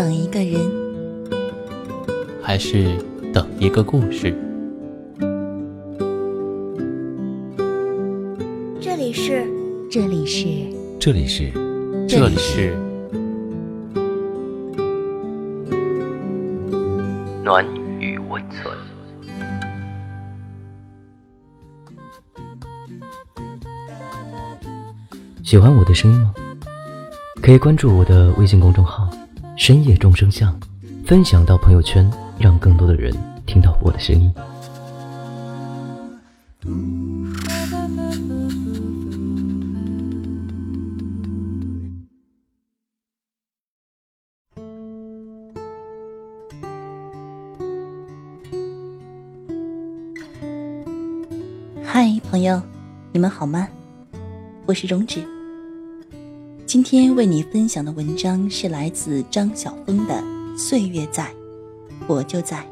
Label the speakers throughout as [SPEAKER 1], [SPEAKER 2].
[SPEAKER 1] 等一个人，
[SPEAKER 2] 还是等一个故事？
[SPEAKER 1] 这里是
[SPEAKER 2] 暖与温存。
[SPEAKER 3] 喜欢我的声音吗？可以关注我的微信公众号深夜众生相，分享到朋友圈，让更多的人听到我的声音。
[SPEAKER 1] 嗨，朋友，你们好吗？我是荣止。今天为你分享的文章是来自张晓峰的《岁月在，我就在》。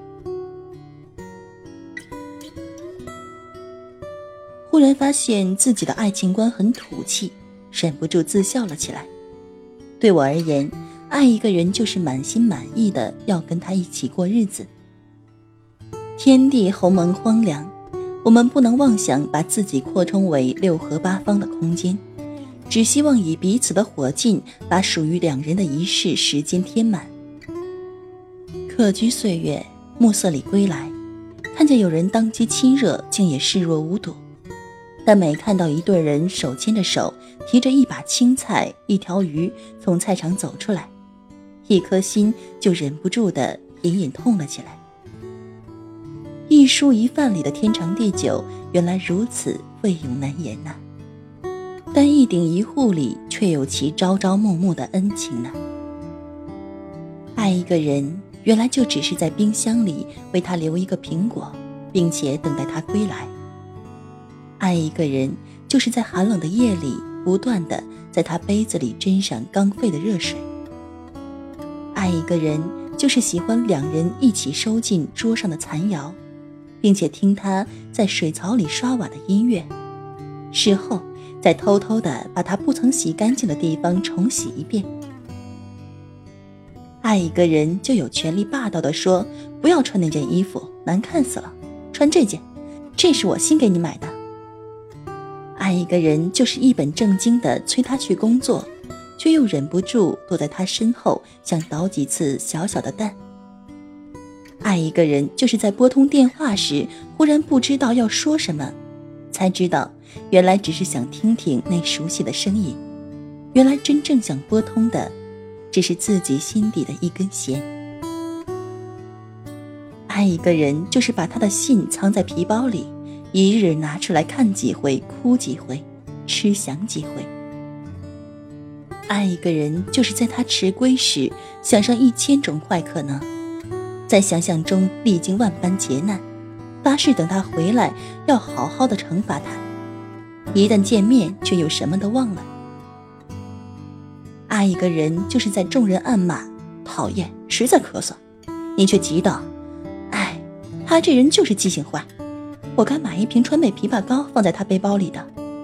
[SPEAKER 1] 忽然发现自己的爱情观很土气，忍不住自笑了起来。对我而言，爱一个人就是满心满意的要跟他一起过日子。天地鸿蒙荒凉，我们不能妄想把自己扩充为六合八方的空间，只希望以彼此的火劲把属于两人的一世时间填满。客居岁月，暮色里归来，看见有人当机亲热，竟也视若无睹。但每看到一对人手牵着手，提着一把青菜一条鱼从菜场走出来，一颗心就忍不住地隐隐痛了起来。一蔬一饭里的天长地久，原来如此味永难言呐。但一顶一户里却有其朝朝暮暮的恩情呢。爱一个人，原来就只是在冰箱里为他留一个苹果，并且等待他归来。爱一个人，就是在寒冷的夜里不断地在他杯子里斟上刚沸的热水。爱一个人，就是喜欢两人一起收进桌上的残肴，并且听他在水槽里刷碗的音乐，事后再偷偷地把他不曾洗干净的地方重洗一遍。爱一个人，就有权利霸道地说，不要穿那件衣服，难看死了，穿这件，这是我新给你买的。爱一个人，就是一本正经地催他去工作，却又忍不住躲在他身后想捣几次小小的蛋。爱一个人，就是在拨通电话时忽然不知道要说什么，才知道原来只是想听听那熟悉的声音，原来真正想拨通的只是自己心底的一根弦。爱一个人，就是把他的信藏在皮包里，一日拿出来看几回，哭几回，吃想几回。爱一个人，就是在他迟归时想上1000种坏可能，在想象中历经万般劫难，发誓等他回来要好好的惩罚他，一旦见面却又什么都忘了。爱一个人，就是在众人暗骂讨厌实在咳嗽，你却急道，哎，他这人就是记性坏，我该买一瓶川贝枇杷膏放在他背包里的。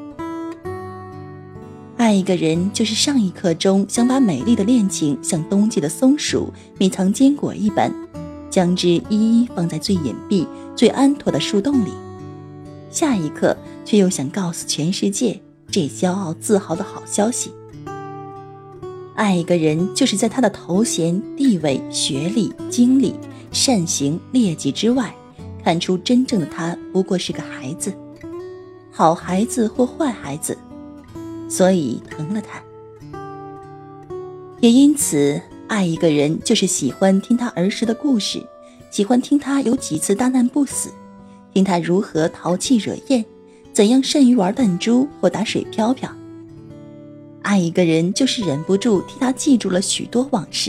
[SPEAKER 1] 爱一个人，就是上一刻钟想把美丽的恋情像冬季的松鼠密藏坚果一般，将之一一放在最隐蔽最安妥的树洞里，下一刻却又想告诉全世界这骄傲自豪的好消息。爱一个人，就是在他的头衔、地位、学历、经历、善行、劣迹之外，看出真正的他不过是个孩子，好孩子或坏孩子，所以疼了他。也因此，爱一个人，就是喜欢听他儿时的故事，喜欢听他有几次大难不死，听他如何淘气惹厌，怎样善于玩弹珠或打水漂漂。爱一个人，就是忍不住替他记住了许多往事。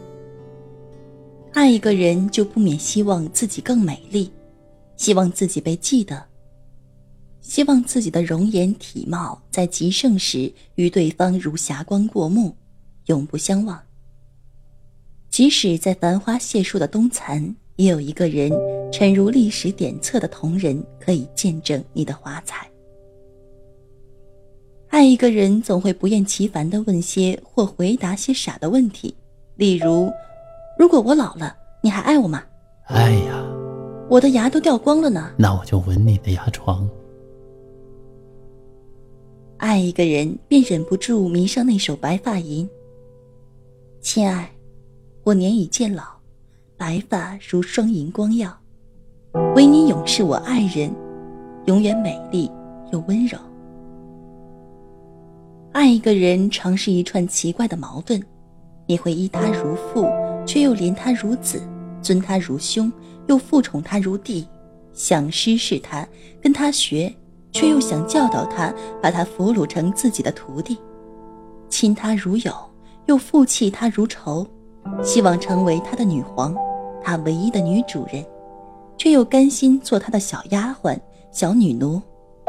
[SPEAKER 1] 爱一个人，就不免希望自己更美丽，希望自己被记得，希望自己的容颜体貌在极盛时与对方如霞光过目，永不相忘。即使在繁花谢树的冬残，也有一个人沉如历史典册的同人可以见证你的华彩。爱一个人总会不厌其烦地问些或回答些傻的问题，例如如果我老了，你还爱我吗？
[SPEAKER 2] 爱呀，
[SPEAKER 1] 我的牙都掉光了呢。
[SPEAKER 2] 那我就吻你的牙床。
[SPEAKER 1] 爱一个人便忍不住迷上那首白发吟。亲爱，我年已渐老，白发如双银光耀，唯你永是我爱人，永远美丽又温柔。爱一个人常是一串奇怪的矛盾，你会依他如父，却又怜他如子，尊他如兄，又负宠他如弟，想师事他，跟他学，却又想教导他，把他俘虏成自己的徒弟，亲他如友，又负弃他如仇，希望成为他的女皇，他唯一的女主人，却又甘心做他的小丫鬟、小女奴。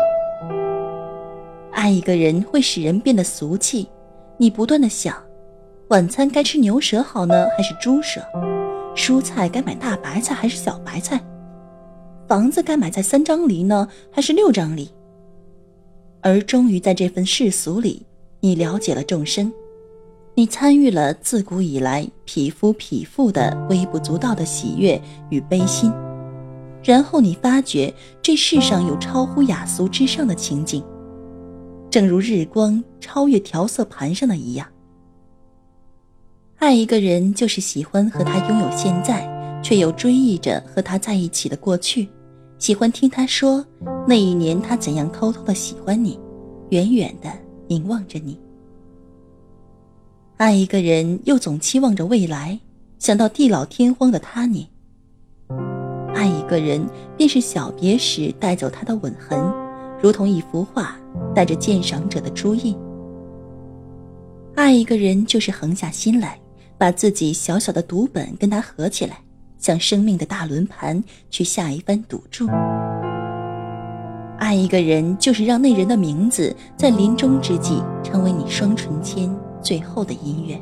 [SPEAKER 1] 爱一个人会使人变得俗气，你不断地想，晚餐该吃牛舌好呢，还是猪舌？蔬菜该买大白菜还是小白菜？房子该买在3张犁呢，还是6张犁？而终于在这份世俗里，你了解了众生，你参与了自古以来匹夫匹妇的微不足道的喜悦与悲心，然后你发觉这世上有超乎雅俗之上的情景，正如日光超越调色盘上的一样。爱一个人就是喜欢和他拥有现在，却又追忆着和他在一起的过去，喜欢听他说那一年他怎样偷偷地喜欢你，远远地凝望着你。爱一个人又总期望着未来，想到地老天荒的他年。爱一个人便是小别时带走他的吻痕，如同一幅画带着鉴赏者的朱印。爱一个人就是横下心来，把自己小小的读本跟他合起来，向生命的大轮盘去下一番赌注。爱一个人就是让那人的名字在临终之际成为你双唇间最后的音乐。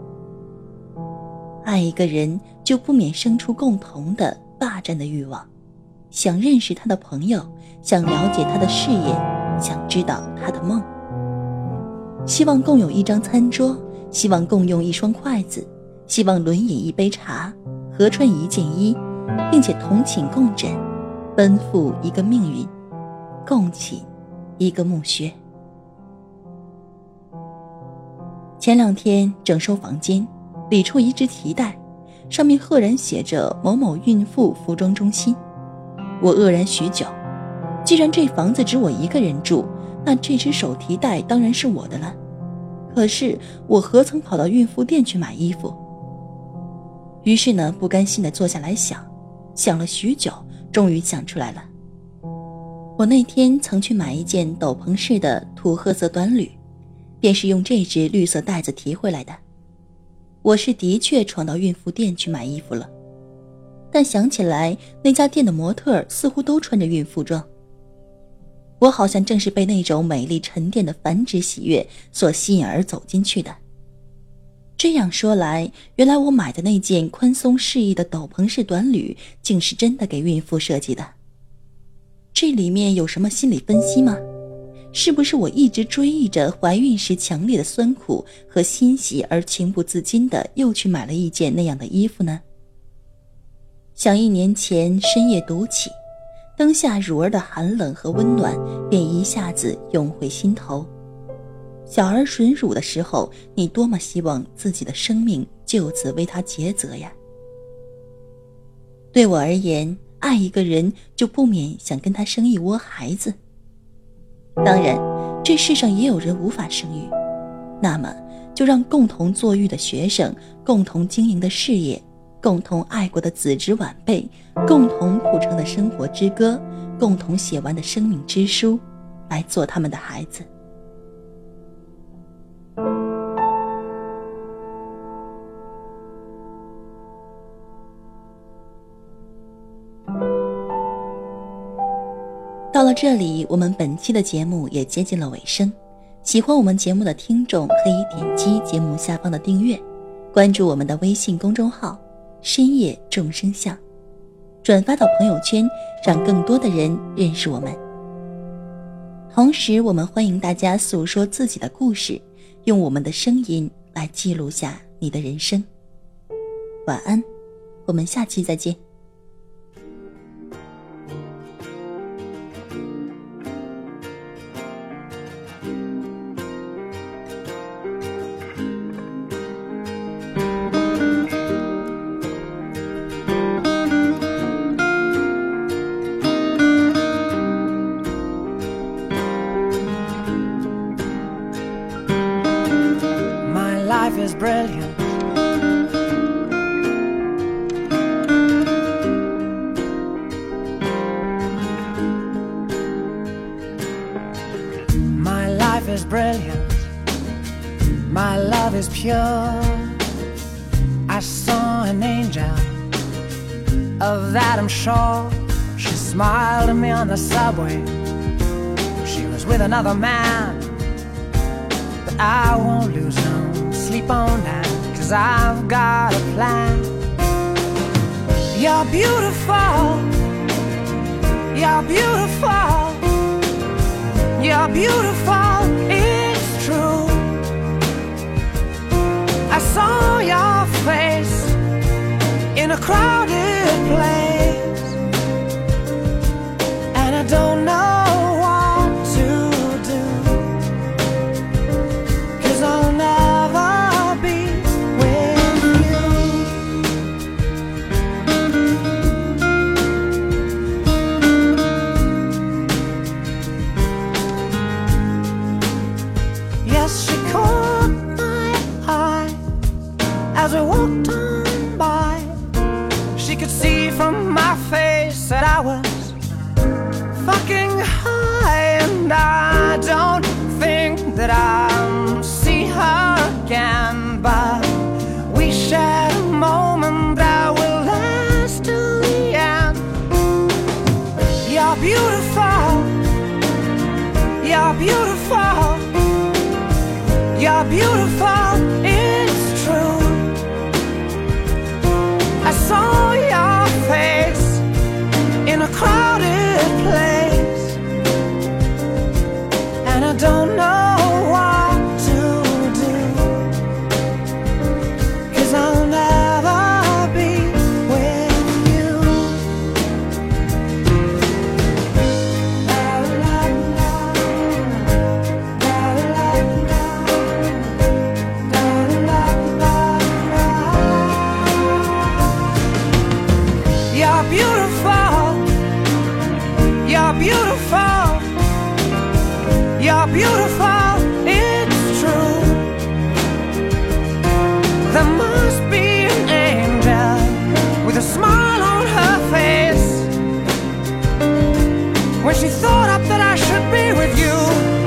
[SPEAKER 1] 爱一个人就不免生出共同的霸占的欲望，想认识他的朋友，想了解他的事业，想知道他的梦，希望共有一张餐桌，希望共用一双筷子，希望轮饮一杯茶，合穿一件衣，并且同寝共枕，奔赴一个命运，共寝一个墓穴。前2天整收房间，理出一只提袋，上面赫然写着某某孕妇服装中心。我愕然许久，既然这房子只我一个人住，那这只手提袋当然是我的了。可是我何曾跑到孕妇店去买衣服？于是呢，不甘心地坐下来想了许久，终于想出来了。我那天曾去买一件斗篷式的土褐色短履，便是用这只绿色袋子提回来的。我是的确闯到孕妇店去买衣服了，但想起来那家店的模特似乎都穿着孕妇装，我好像正是被那种美丽沉淀的繁殖喜悦所吸引而走进去的。这样说来，原来我买的那件宽松适宜的斗篷式短履竟是真的给孕妇设计的。这里面有什么心理分析吗？是不是我一直追忆着怀孕时强烈的酸苦和欣喜，而情不自禁地又去买了一件那样的衣服呢？想1年前深夜独起，灯下乳儿的寒冷和温暖便一下子涌回心头。小儿吮乳的时候，你多么希望自己的生命就此为他抉择呀。对我而言，爱一个人就不免想跟他生一窝孩子。当然，这世上也有人无法生育，那么就让共同坐育的学生，共同经营的事业，共同爱过的子侄晚辈，共同谱成的生活之歌，共同写完的生命之书，来做他们的孩子。到了这里，我们本期的节目也接近了尾声。喜欢我们节目的听众可以点击节目下方的订阅，关注我们的微信公众号深夜众生相，转发到朋友圈，让更多的人认识我们。同时我们欢迎大家诉说自己的故事，用我们的声音来记录下你的人生。 晚安，我们下期再见。
[SPEAKER 4] Life is brilliant. My life is brilliant. My love is pure. I saw an angel, of that I'm sure. She smiled at me on the subway. She was with another man, but I won't lose no sleep on that, 'cause I've got a plan. You're beautiful. You're beautiful. You're beautiful, it's true. I saw your face in a crowded place, and I don't know what to do, 'cause I'll never be with you. Yes, she caught my eye as we walked on by. She could see from my face that I was fucking high, and I don't think that I'll see her again, but we shared a moment that will last till the end. You're beautiful. You're beautiful. You're beautiful, it's true. I saw your face in a crowded place, and I don't know what to do, 'cause I'll never be with you. La, la, la. La, la, la. La, la, la, la. You're beautiful. You're beautiful. You're beautiful, it's true. There must be an angel with a smile on her face when she thought up that I should be with you.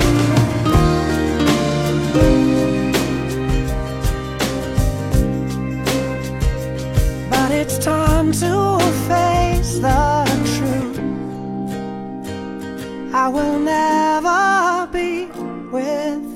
[SPEAKER 4] But it's time to face the truth. I will never be with